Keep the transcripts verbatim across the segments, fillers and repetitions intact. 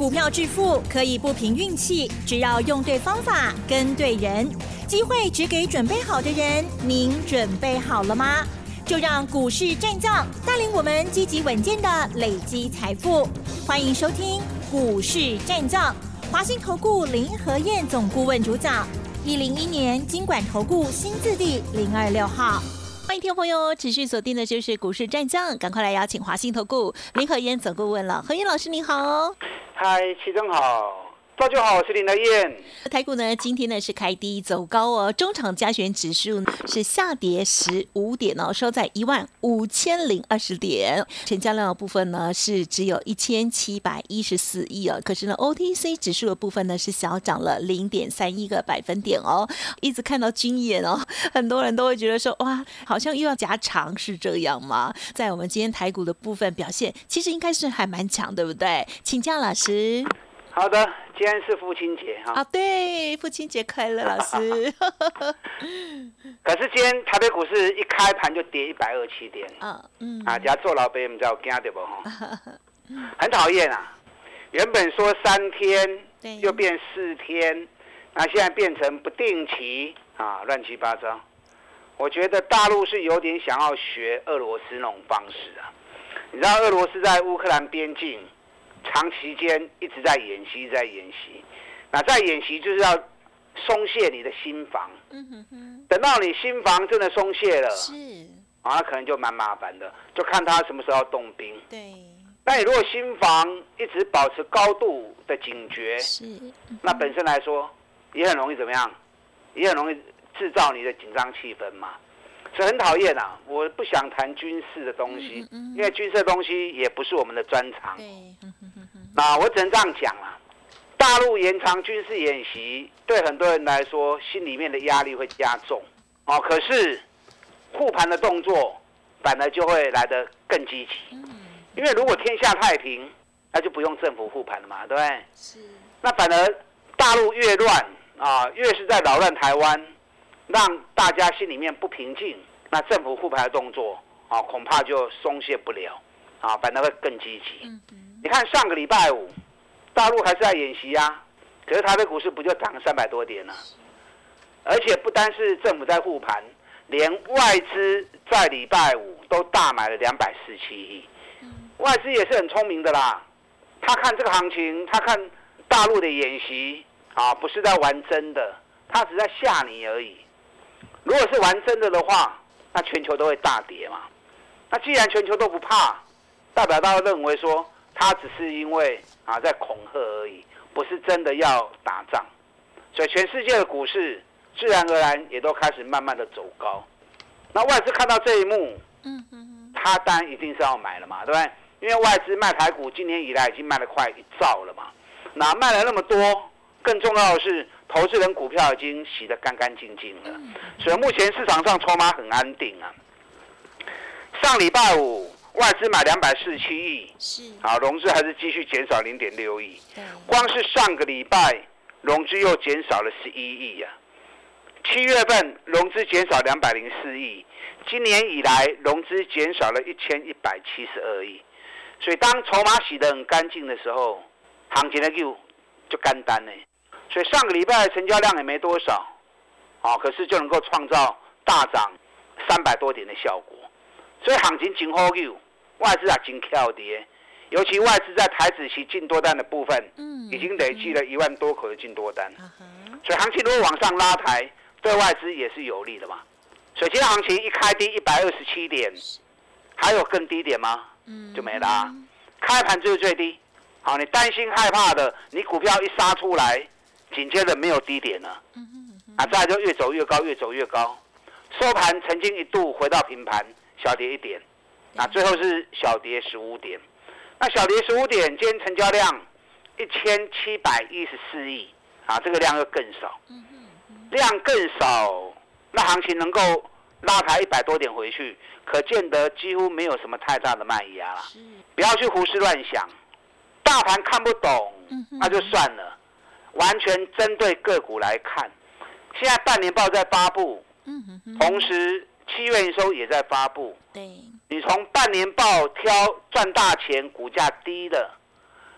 股票致富可以不凭运气，只要用对方法、跟对人。机会只给准备好的人，您准备好了吗？就让股市战将带领我们积极稳健的累积财富。欢迎收听股市战将，华信投顾林和彥总顾问主讲，一零一年金管投顾新字第零二六号。欢迎听众朋友持续锁定的就是股市战将，赶快来邀请华信投顾林和彥总顾问了。和彥老师您好。 嗨，齐总好，大家好，我是林和彥。 台股呢，今天呢是开低走高哦，中场加权指数是下跌十五点哦，收在一万五千零二十点，成交量的部分呢是只有一千七百一十四亿哦，可是呢 O T C 指数的部分呢是小涨了零点三一个百分点哦，一直看到军演哦，很多人都会觉得说哇，好像又要加长，是这样吗？在我们今天台股的部分表现，其实应该是还蛮强，对不对？请教老师。 好的，今天是父亲节哈。 啊，对，父亲节快乐，老师。 可是今天台北股市一开盘就跌一百二十七点。啊，嗯。啊，家做老辈唔知道惊到不哈？很讨厌啊！原本说三天，又变四天，那现在变成不定期啊，乱七八糟。我觉得大陆是有点想要学俄罗斯那种方式啊。你知道俄罗斯在乌克兰边境。长期间一直在演习，在演习，那在演习就是要松懈你的心防。嗯哼哼。等到你心防真的松懈了，是啊，那可能就蛮麻烦的，就看他什么时候要动兵。对。但你如果心防一直保持高度的警觉，是，嗯、那本身来说也很容易怎么样？也很容易制造你的紧张气氛嘛。所以很讨厌啊！我不想谈军事的东西，嗯嗯、因为军事的东西也不是我们的专长。对。那我只能这样讲啦，大陆延长军事演习，对很多人来说，心里面的压力会加重哦。可是护盘的动作，反而就会来得更积极。因为如果天下太平，那就不用政府护盘了嘛，对不对？是。那反而大陆越乱啊，越是在扰乱台湾，让大家心里面不平静，那政府护盘的动作啊，恐怕就松懈不了啊，反而会更积极。嗯你看上个礼拜五，大陆还是在演习啊，可是台北股市不就涨了三百多点了？而且不单是政府在护盘，连外资在礼拜五都大买了两百四十七亿。外资也是很聪明的啦，他看这个行情，他看大陆的演习啊，不是在玩真的，他只在吓你而已。如果是玩真的的话，那全球都会大跌嘛。那既然全球都不怕，代表大家认为说。他只是因为啊在恐吓而已，不是真的要打仗，所以全世界的股市自然而然也都开始慢慢的走高。那外资看到这一幕，嗯嗯，他当然一定是要买了嘛，对不对？因为外资卖台股今年以来已经卖了快一兆了嘛，那卖了那么多，更重要的是投资人股票已经洗得干干净净了，所以目前市场上筹码很安定啊。上礼拜五。外资买两百四十七亿，是啊，融资还是继续减少零点六亿。光是上个礼拜，融资又减少了十一亿啊。七月份融资减少两百零四亿，今年以来融资减少了一千一百七十二亿。所以当筹码洗得很干净的时候，行情的就就干单呢。所以上个礼拜的成交量也没多少，啊，可是就能够创造大涨三百多点的效果。所以行情真好有，外资也真跳跌，尤其外资在台指期进多单的部分，已经累积了一万多口的进多单，所以行情如果往上拉抬，对外资也是有利的嘛。所以今天行情一开低一百二十七点，还有更低点吗？就没了啊。开盘就是最低，好，你担心害怕的，你股票一杀出来，紧接着没有低点了，啊，再来就越走越高，越走越高，收盘曾经一度回到平盘。小跌一点，那最后是小跌十五点，那小跌十五点，今天成交量一千七百一十四亿，啊，这个量又更少，量更少，那行情能够拉抬一百多点回去，可见得几乎没有什么太大的卖压啦。不要去胡思乱想，大盘看不懂，那就算了，完全针对个股来看。现在半年报在发布，同时。七月营收也在发布，对，你从半年报挑赚大钱、股价低的，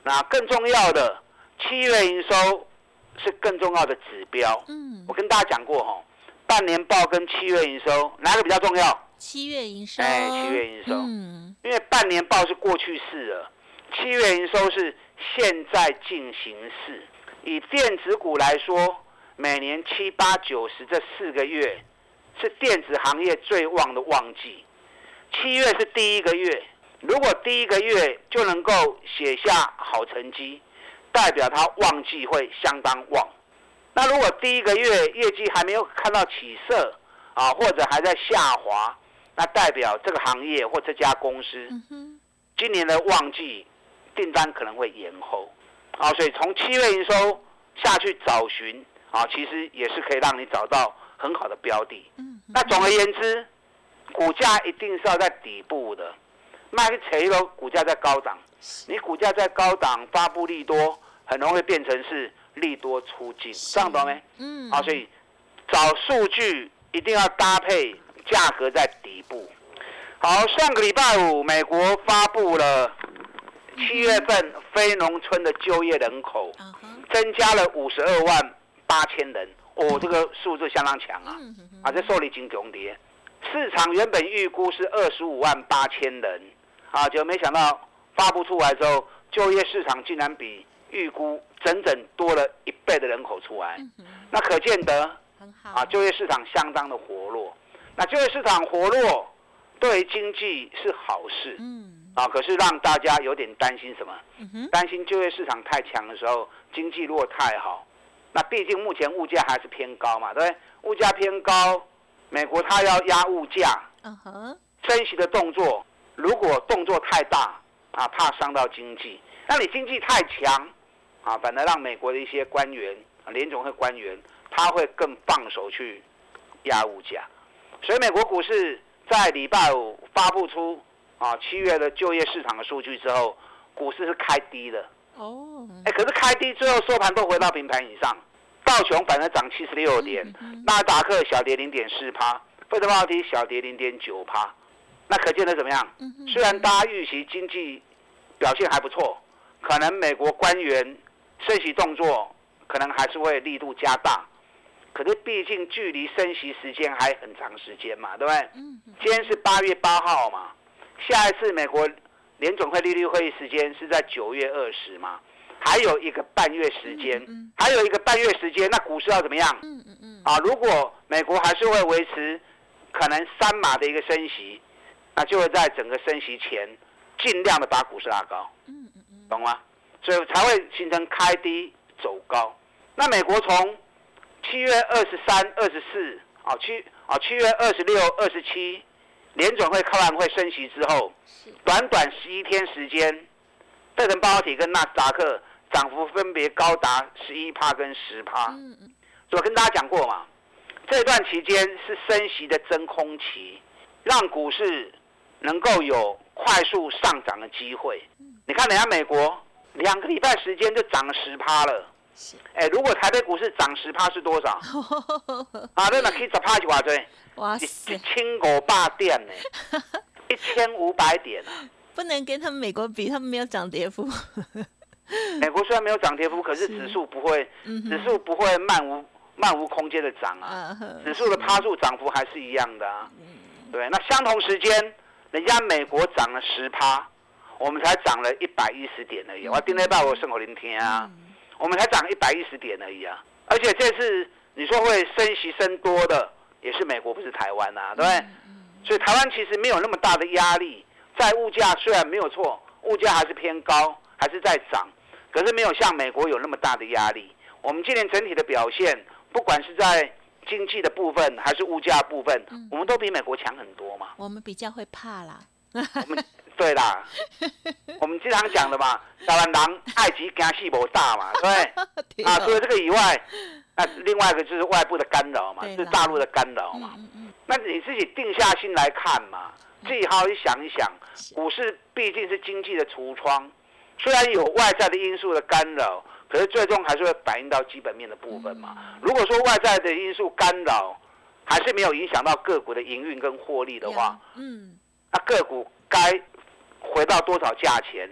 那更重要的，七月营收是更重要的指标。嗯，我跟大家讲过哈，半年报跟七月营收哪个比较重要？ 七月营收。 哎，七月营收。嗯，因为半年报是过去式了，七月营收是现在进行式。以电子股来说，每年七八九十这四个月是电子行业最旺的旺季。七月是第一个月，如果第一个月就能够写下好成绩，代表它旺季会相当旺。那如果第一个月业绩还没有看到起色啊，或者还在下滑，那代表这个行业或这家公司今年的旺季订单可能会延后啊。所以从七月营收下去找寻啊，其实也是可以让你找到很好的标的。那总而言之，股价一定是要在底部的，卖去扯一个股价在高档，你股价在高档发布利多，很容易变成是利多出尽，这样懂没？嗯，好，所以找数据一定要搭配价格在底部。好，上个礼拜五，美国发布了七月份非农村的就业人口，增加了五十二万八千人，哦，这个数字相当强啊！啊，这受力金强跌。市场原本预估是二十五万八千人，啊，就没想到发布出来之后，就业市场竟然比预估整整多了一倍的人口出来，那可见得啊，就业市场相当的活络。那就业市场活络对经济是好事，啊，可是让大家有点担心什么？担心就业市场太强的时候，经济如果太好，那毕竟目前物价还是偏高嘛，对不对？物价偏高。美国它要压物价，升息的动作，如果动作太大啊，怕伤到经济。那你经济太强啊，反而让美国的一些官员、联总会官员，他会更放手去压物价。所以美国股市在礼拜五发布出啊七月的就业市场的数据之后，股市是开低的。哦，哎，可是开低最后收盘都回到平盘以上。道琼反而涨七十六点，纳斯达克小跌零点四趴，费城半导体小跌零点九趴。那可见得怎么样？虽然大家预期经济表现还不错，可能美国官员升息动作可能还是会力度加大，可是毕竟距离升息时间还很长时间嘛，对不对？今天是八月八号嘛，下一次美国联总会利率会议时间是在九月二十嘛。还有一个半月时间，还有一个半月时间，那股市要怎么样？啊，如果美国还是会维持可能三码的一个升息，那就会在整个升息前尽量的把股市拉高，懂吗？所以才会形成开低走高。那美国从七月二十三、二十四，啊七啊七月二十六、二十七，联准会开完会升息之后，短短十一天时间，费城半导体跟纳斯达克涨幅分别高达十一趴跟十趴。嗯嗯。我跟大家讲过嘛，这段期间是升息的真空期，让股市能够有快速上涨的机会。你看，人家美国两个礼拜时间就涨了十趴了。哎，如果台北股市涨十趴是多少？啊，那可以十趴就多少？哇塞，一千五百点呢，一千五百点啊！ 不能跟他们美国比，他们没有涨跌幅。 美国虽然没有涨跌幅，可是指数不会，指数不会漫无漫无空间的涨啊。指数的趴数涨幅还是一样的啊。对，那相同时间，人家美国涨了十趴，我们才涨了一百一十点而已。我今天把我生活聆听啊，我们才涨一百一十点而已啊。而且这次你说会升息升多的，也是美国，不是台湾啊，对不对？所以台湾其实没有那么大的压力，在物价虽然没有错，物价还是偏高，还是在涨，可是没有像美国有那么大的压力。我们今年整体的表现，不管是在经济的部分还是物价部分，嗯、我们都比美国强很多嘛。 我们比较会怕啦。 我们对啦，我们经常讲的嘛，台湾人爱急惊死无大嘛，对不对？啊，除了这个以外，那另外一个就是外部的干扰嘛，就是大陆的干扰嘛。嗯嗯、那你自己定下心来看嘛，自己好好去想一想，股市毕竟是经济的橱窗，虽然有外在的因素的干扰。可是最终还是会反映到基本面的部分嘛。如果说外在的因素干扰，还是没有影响到个股的营运跟获利的话，嗯，那个股该回到多少价钱，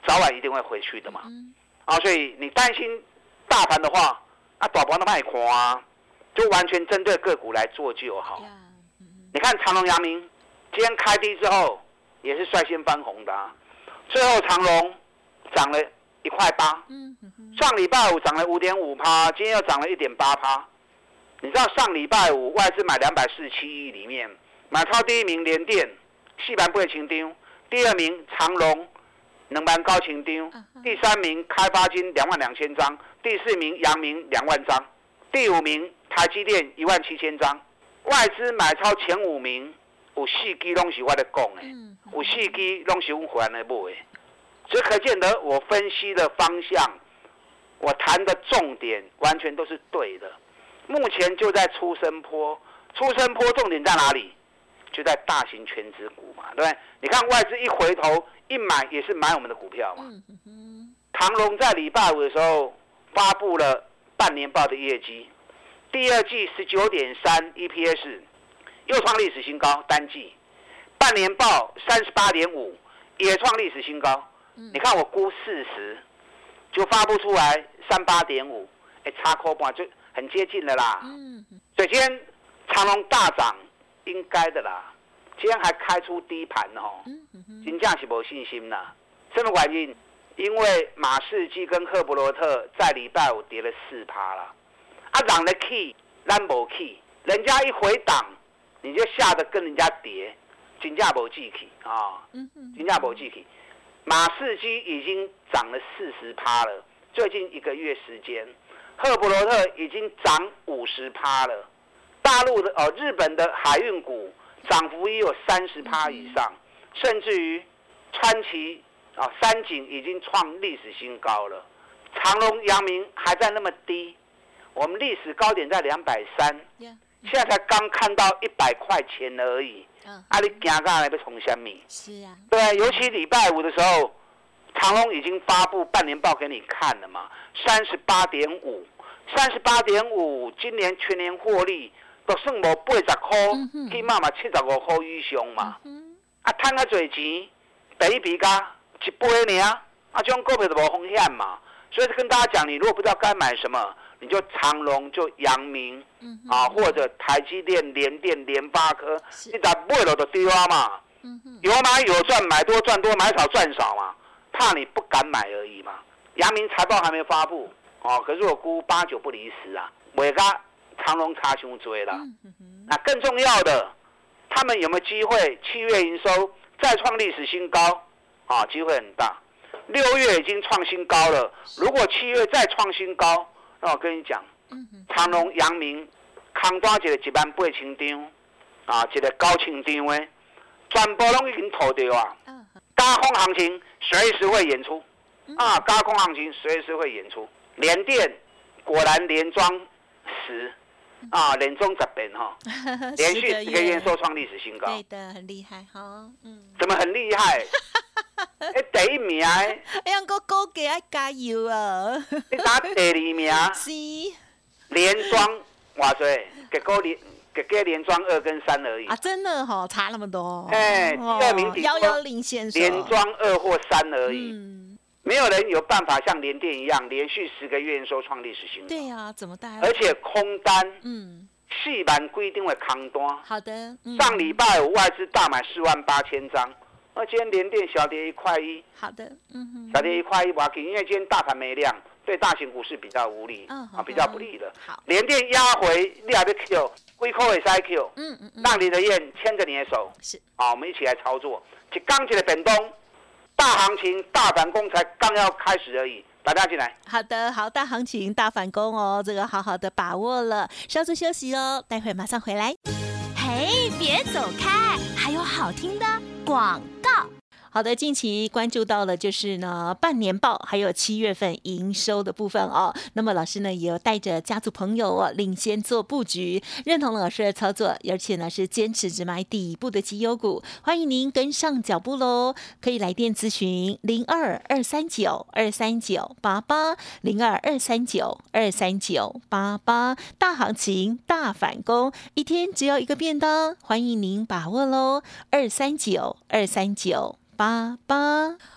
早晚一定会回去的嘛。啊，所以你担心大盘的话，啊，大盘都卖看啊，就完全针对个股来做就好。你看长荣、阳明，今天开低之后也是率先翻红的啊，最后长荣涨了一块八，上礼拜五涨了五点五趴，今天又涨了一点八趴。你知道上礼拜五外资买两百四十七亿里面，买超第一名联电，四万八千张；第二名长荣，两万九千张；第三名开发金两万两千张；第四名阳明两万张；第五名台积电一万七千张。外资买超前五名，有四支拢是我在讲的，有四支拢是我们会员在买的。所以可见得我分析的方向，我谈的重点完全都是对的。目前就在出生波，出生波重点在哪里？就在大型全指股嘛，对不对？你看外资一回头一买，也是买我们的股票嘛。长荣在礼拜五的时候发布了半年报的业绩，第二季 十九点三 E P S 又创历史新高，单季半年报 三十八点五 也创历史新高。你看我估四十，就发布出来三十八点五，哎，差扣半就很接近了啦。所以今天长荣大涨，应该的啦。今天还开出低盘哦，真正是没信心啦。什么原因？因为马士基跟赫伯罗特在礼拜五跌了四趴啦。啊，人的起，咱无起，人家一回档，你就吓得跟人家跌，真正无志气啊，真正无志气。马士基已经涨了四十趴了，最近一个月时间，赫伯罗特已经涨五十趴了。大陆的哦，日本的海运股涨幅也有三十趴以上，甚至于川崎啊、哦、三井已经创历史新高了，长荣、阳明还在那么低。我们历史高点在两百三，现在才刚看到一百块钱而已。嗯、啊，你惊到来要冲什么？ 是啊， 对，尤其礼拜五的时候，长荣已经发布半年报给你看了嘛，三十八点五，三十八点五，今年全年获利都算无八十块，起码嘛七十五块以上嘛。嗯、啊，赚较侪钱，第一笔加一倍尔，啊，这种股票就无风险嘛。所以跟大家讲，你如果不知道该买什么，你就长荣、就阳明、嗯、啊，或者台积电、联电、联发科，你咋买了就丢啊嘛？嗯、有买有赚，买多赚多，买少赚少嘛，怕你不敢买而已嘛。阳明财报还没发布哦，可是我估八九不离十啊，尾家长荣差伤多啦。嗯、那更重要的，他们有没有机会七月营收再创历史新高？啊，机会很大。六月已经创新高了，如果七月再创新高，那我跟你讲，长荣、阳明空单一个一万八千张，啊，一个九千张的，全部拢已经吐掉啊！高空行情随时会演出，啊，高空行情随时会演出。联电果然连庄十，啊，连庄十遍哈，连续十个月收创历史新高， 对的，很厉害哈，嗯， 怎么很厉害？哎，第一名哎， 哎呀，我高给爱加油啊！ 你打第二名， 是连庄哇塞，结果连结果连庄二跟三而已啊，真的哈、哦，差那么多。 哎，第二名遥遥领先， 连庄二或三而已。嗯，没有人有办法像联电一样连续十个月营收创历史新高。 对啊，怎么带？ 而且空单，嗯，四万规定的空单。 好的，嗯、 上礼拜五外资大买四万八千张。那今天联电小跌一块一， 好的，嗯哼， 小跌一块一，不要紧，因为今天大盘没量，对大型股市比较无利，嗯、啊，比较不利的。好，联电压回，你还要 Q， 几块会塞 Q， 嗯嗯嗯，让林德燕牵着你的手，是，啊，我们一起来操作。一刚起的变动，大行情、大反攻才刚要开始而已。大家进来。 好的，好，大行情、大反攻哦，这个好好的把握了。稍作休息哦，待会马上回来。嘿，别走开，还有好听的广告。好的，近期关注到了就是呢半年报还有七月份营收的部分哦。那么老师呢也有带着家族朋友哦领先做布局，认同老师的操作，而且呢是坚持只买底部的绩优股，欢迎您跟上脚步喽。可以来电咨询零二二三九二三九八八零二二三九二三九八八。大行情大反攻，一天只要一个便当，欢迎您把握喽。二三九二三九八八。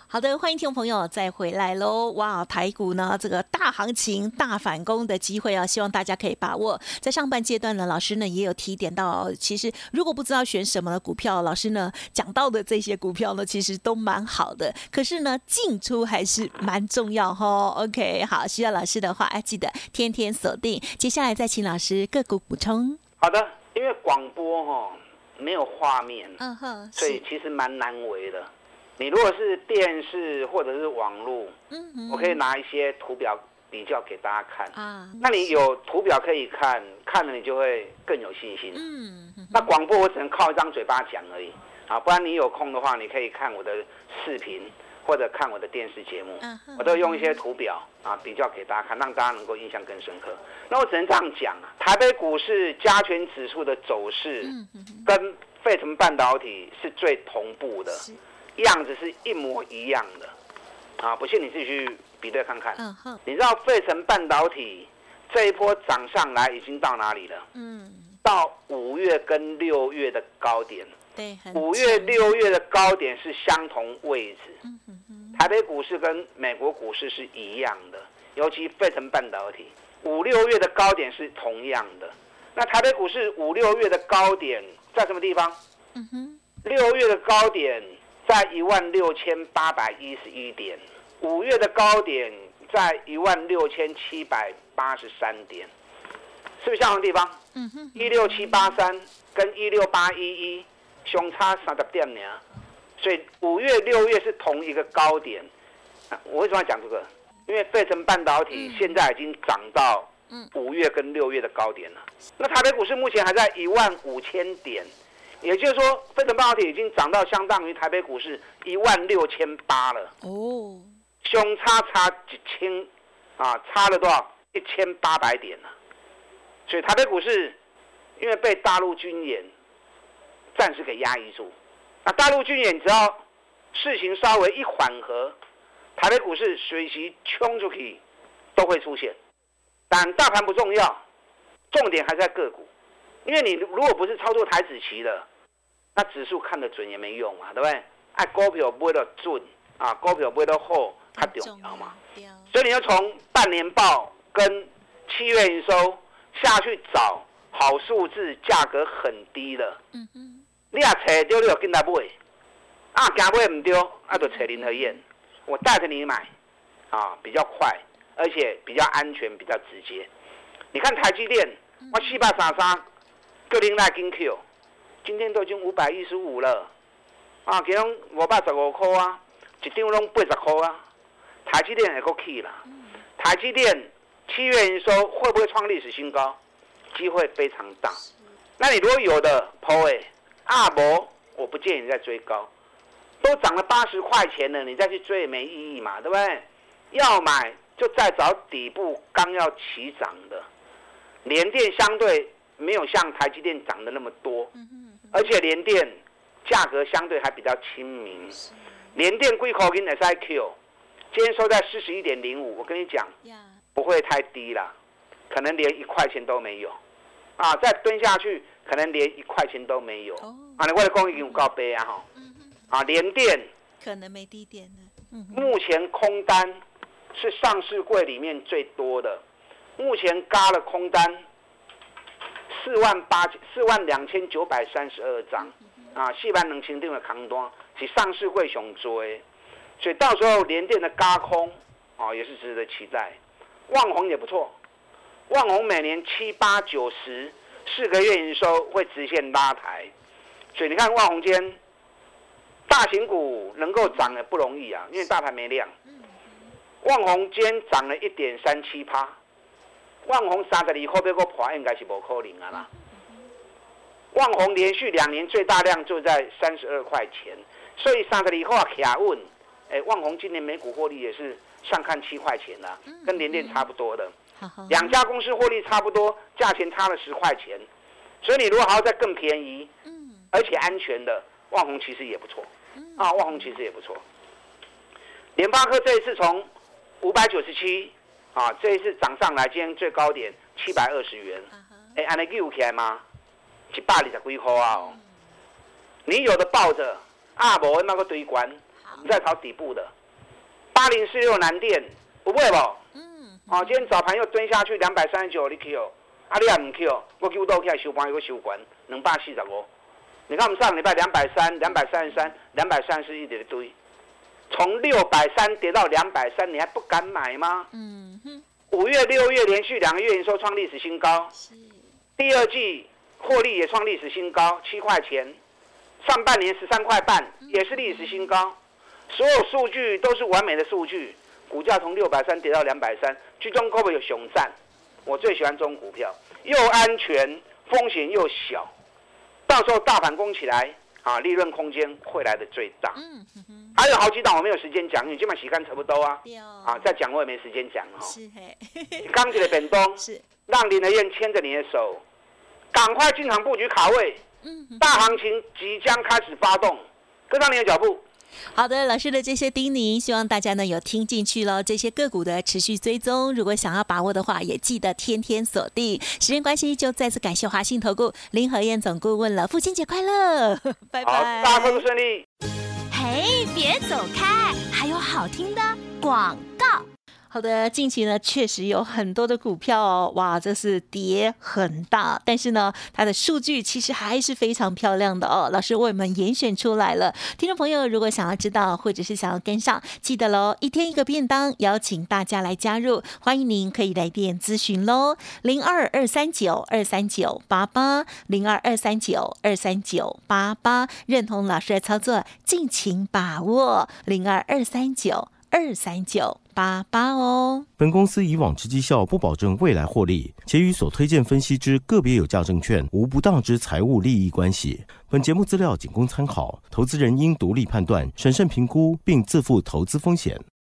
好的，欢迎听众朋友再回来喽！哇，台股呢这个大行情、大反攻的机会啊，希望大家可以把握。在上半阶段呢，老师呢也有提点到，其实如果不知道选什么的股票，老师呢讲到的这些股票呢，其实都蛮好的。可是呢，进出还是蛮重要哈。OK， 好，需要老师的话，哎，记得天天锁定。接下来再请老师个股补充。 好的，因为广播哈没有画面， 嗯哼， 所以其实蛮难为的。你如果是电视或者是网络，嗯，我可以拿一些图表比较给大家看啊。那你有图表可以看，看了你就会更有信心。嗯，那广播我只能靠一张嘴巴讲而已啊，不然你有空的话，你可以看我的视频或者看我的电视节目，我都用一些图表啊比较给大家看，让大家能够印象更深刻。那我只能这样讲啊，台北股市加权指数的走势跟费城半导体是最同步的。样子是一模一样的，啊，不信你自己去比对看看。Uh-huh. 你知道费城半导体这一波涨上来已经到哪里了？嗯，到五月跟六月的高点。对，五月、六月的高点是相同位置。嗯哼哼，台北股市跟美国股市是一样的，尤其费城半导体五六月的高点是同样的。那台北股市五六月的高点在什么地方？嗯哼，六月的高点在一万六千八百一十一点，五月的高点在一万六千七百八十三点，是不是相同地方？嗯哼，一六七八三跟一六八一一相差三十点呢，所以五月、六月是同一个高点。我为什么要讲这个？因为费城半导体现在已经涨到五月跟六月的高点了。那台北股市目前还在一万五千点。也就是说，费城半导体已经涨到相当于台北股市一万六千八了。哦，相差差一千啊，差了多少？一千八百点了。所以台北股市因为被大陆军演暂时给压抑住，那大陆军演只要事情稍微一缓和，台北股市随时冲出去都会出现。但大盘不重要，重点还在个股。因为你如果不是操作台指期的，那指数看得准也没用嘛，对不对？哎，股票买得准啊，股票买得好，较重要嘛。所以你要从半年报跟七月营收下去找好数字，价格很低的。嗯嗯。你啊找对，你就跟他买，啊，惊买唔对，啊就找林和燕，我带着你买，啊，比较快，而且比较安全，比较直接。你看台积电，我四百三三。个零来金 Q， 今天都已经五百一十五了，啊，其中五百十五块啊，一张拢八十块啊。台积电也够起了，台积电七月营收会不会创历史新高？机会非常大。那你如果有的抛诶，啊无，我不建议你再追高，都涨了八十块钱了，你再去追也没意义嘛，对不对？要买就再找底部刚要起涨的，联电相对没有像台积电涨得那么多，而且联电价格相对还比较亲民。联电贵口跟 S I Q 今天收在四十一点零五，我跟你讲，不会太低啦，可能连一块钱都没有啊！再蹲下去，可能连一块钱都没有。哦、啊，你为了供应有高杯啊哈！啊，联电可能没低点呢。嗯、 目前空单是上市柜里面最多的，目前嘎了空单。四万八四万两千九百三十二张，啊，四万两千张的空单是上市柜上多的，所以到时候联电的軋空，哦，也是值得期待。旺宏也不错，旺宏每年七八九十四个月营收会直线拉抬，所以你看旺宏今天大型股能够涨也不容易啊，因为大盘没量。旺宏今天涨了一点三七趴。旺宏三十二块要破，应该是不可能啊啦。旺宏连续两年最大量就在三十二块钱，所以三十二块卡稳。哎，旺宏今年每股获利也是上看七块钱啦，跟联电差不多的。两家公司获利差不多，价钱差了十块钱，所以你如果还要再更便宜，而且安全的，旺宏其实也不错。啊，旺宏其实也不错。联发科这一次从五百九十七。啊，这一次涨上来，今天最高点七百二十元，哎、uh-huh. ，安尼记有起来吗？一百二十几块啊！哦，你有的抱着，啊无那个堆关，你再炒底部的， 八零四六南电有买不？嗯。哦，今天早盘又蹲下去两百三十九，你 Q， 啊你也唔 Q， 我 Q 到起来收盘又收盘两百四十五。你看我们上礼拜两百三、两百三十三、两百三十一的堆，从六百三跌到两百三，你还不敢买吗？嗯哼。五月、六月连续两个月营收创历史新高，第二季获利也创历史新高，七块钱。上半年十三块半，也是历史新高，所有数据都是完美的数据。股价从六百三跌到两百三，居中会不会有熊战？我最喜欢这种股票，又安全，风险又小，到时候大盘攻起来啊，利润空间会来的最大。嗯嗯、还有好几档我没有时间讲，因为基本上时间差不多啊。啊，再讲我也没时间讲哦。是嘿。刚起的本东，是让林德燕牵着你的手，赶快进场布局卡位。大行情即将开始发动，跟上你的脚步。 好的，老师的这些叮咛，希望大家呢有听进去咯。这些个股的持续追踪，如果想要把握的话，也记得天天锁定。时间关系，就再次感谢华信投顾林和燕总顾问了。父亲节快乐，拜拜！ 好，大家工作顺利。 嘿，别走开，还有好听的广告。好的，近期呢确实有很多的股票哦，哇，这是跌很大，但是呢，它的数据其实还是非常漂亮的哦。老师为我们严选出来了，听众朋友如果想要知道或者是想要跟上，记得喽，一天一个便当，邀请大家来加入，欢迎您可以来电咨询喽，零二二三九二三九八八，零二二三九二三九八八，认同老师的操作，尽情把握，零二二三九二三九八八哦。 本公司以往之绩效不保证未来获利，且与所推荐分析之个别有价证券无不当之财务利益关系。本节目资料仅供参考，投资人应独立判断、审慎评估，并自负投资风险。